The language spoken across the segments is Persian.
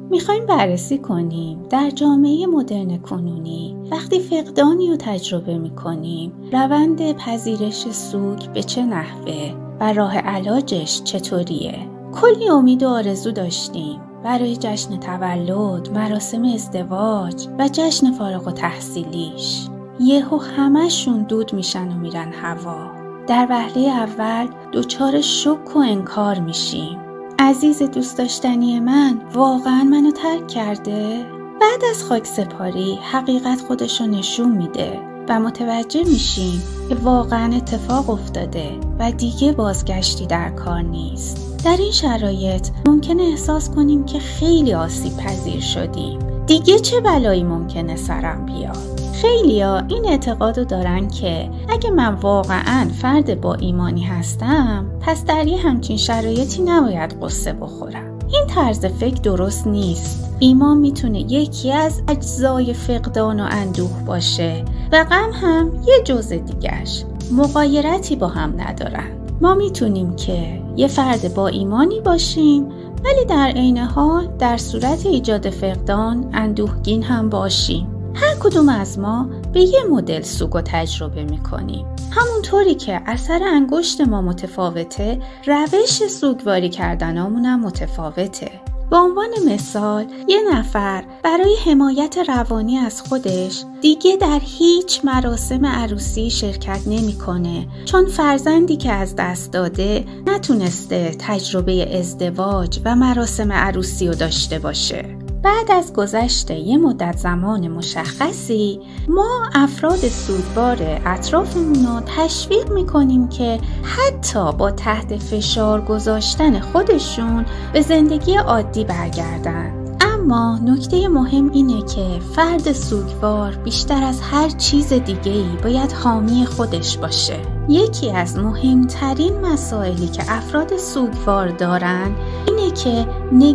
میخوایم بررسی کنیم در جامعه مدرن کنونی وقتی فقدانی رو تجربه میکنیم روند پذیرش سوگ به چه نحوه و راه علاجش چطوریه. کلی امید و آرزو داشتیم برای جشن تولد، مراسم ازدواج و جشن فارغ التحصیلیش. یهو همشون دود میشن و میرن هوا. در وهله اول دچار شک و انکار میشیم. عزیز دوست داشتنی من واقعا منو ترک کرده؟ بعد از خاک سپاری حقیقت خودشو نشون میده و متوجه میشیم که واقعا اتفاق افتاده و دیگه بازگشتی در کار نیست. در این شرایط ممکنه احساس کنیم که خیلی آسیب پذیر شدیم. دیگه چه بلایی ممکنه سرم بیاد؟ خیلیا این اعتقادو دارن که اگه من واقعاً فرد با ایمانی هستم پس در یه همچین شرایطی نباید قصه بخورم. این طرز فکر درست نیست. ایمان میتونه یکی از اجزای فقدان و اندوه باشه و غم هم یه جزء دیگه‌اش. مغایرتی با هم ندارن. ما میتونیم که یه فرد با ایمانی باشیم ولی در عین حال در صورت ایجاد فقدان اندوهگین هم باشیم. هر کدوم از ما به یه مدل سوگ تجربه میکنیم. همونطوری که اثر انگشت ما متفاوته، روش سوگواری کردنامون هم متفاوته. به عنوان مثال، یه نفر برای حمایت روانی از خودش دیگه در هیچ مراسم عروسی شرکت نمیکنه چون فرزندی که از دست داده نتونسته تجربه ازدواج و مراسم عروسی رو داشته باشه. بعد از گذشت یه مدت زمان مشخصی ما افراد سوگوار اطرافمون رو تشویق میکنیم که حتی با تحت فشار گذاشتن خودشون به زندگی عادی برگردن. اما نکته مهم اینه که فرد سوگوار بیشتر از هر چیز دیگه‌ای باید حامی خودش باشه. یکی از مهمترین مسائلی که افراد سوگوار دارن اینه که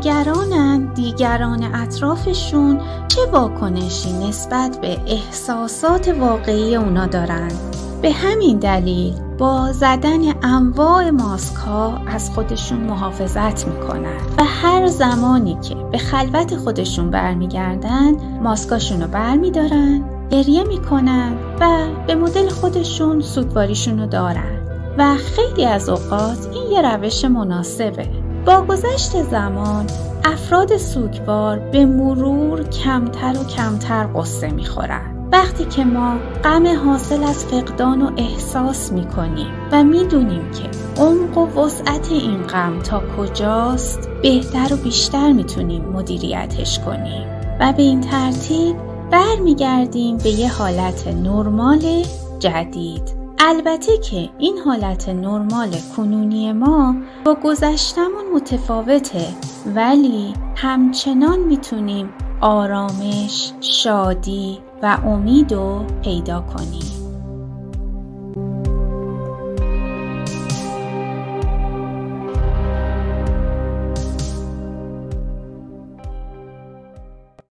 نگرانن دیگران اطرافشون چه واکنشی نسبت به احساسات واقعی اونا دارن. به همین دلیل با زدن انواع ماسک‌ها از خودشون محافظت میکنن و هر زمانی که به خلوت خودشون برمیگردن ماسکاشون رو برمیدارن، گریه میکنن و به مدل خودشون سوگواریشون رو دارن و خیلی از اوقات این یه روش مناسبه. با گذشت زمان افراد سوگوار به مرور کمتر و کمتر قصه میخورن. وقتی که ما غم حاصل از فقدان رو احساس میکنیم و میدونیم که عمق و وسعت این غم تا کجاست، بهتر و بیشتر میتونیم مدیریتش کنیم و به این ترتیب برمیگردیم به یه حالت نرمال جدید. البته که این حالت نرمال کنونی ما با گذشتمون متفاوته ولی همچنان میتونیم آرامش، شادی و امید رو پیدا کنیم.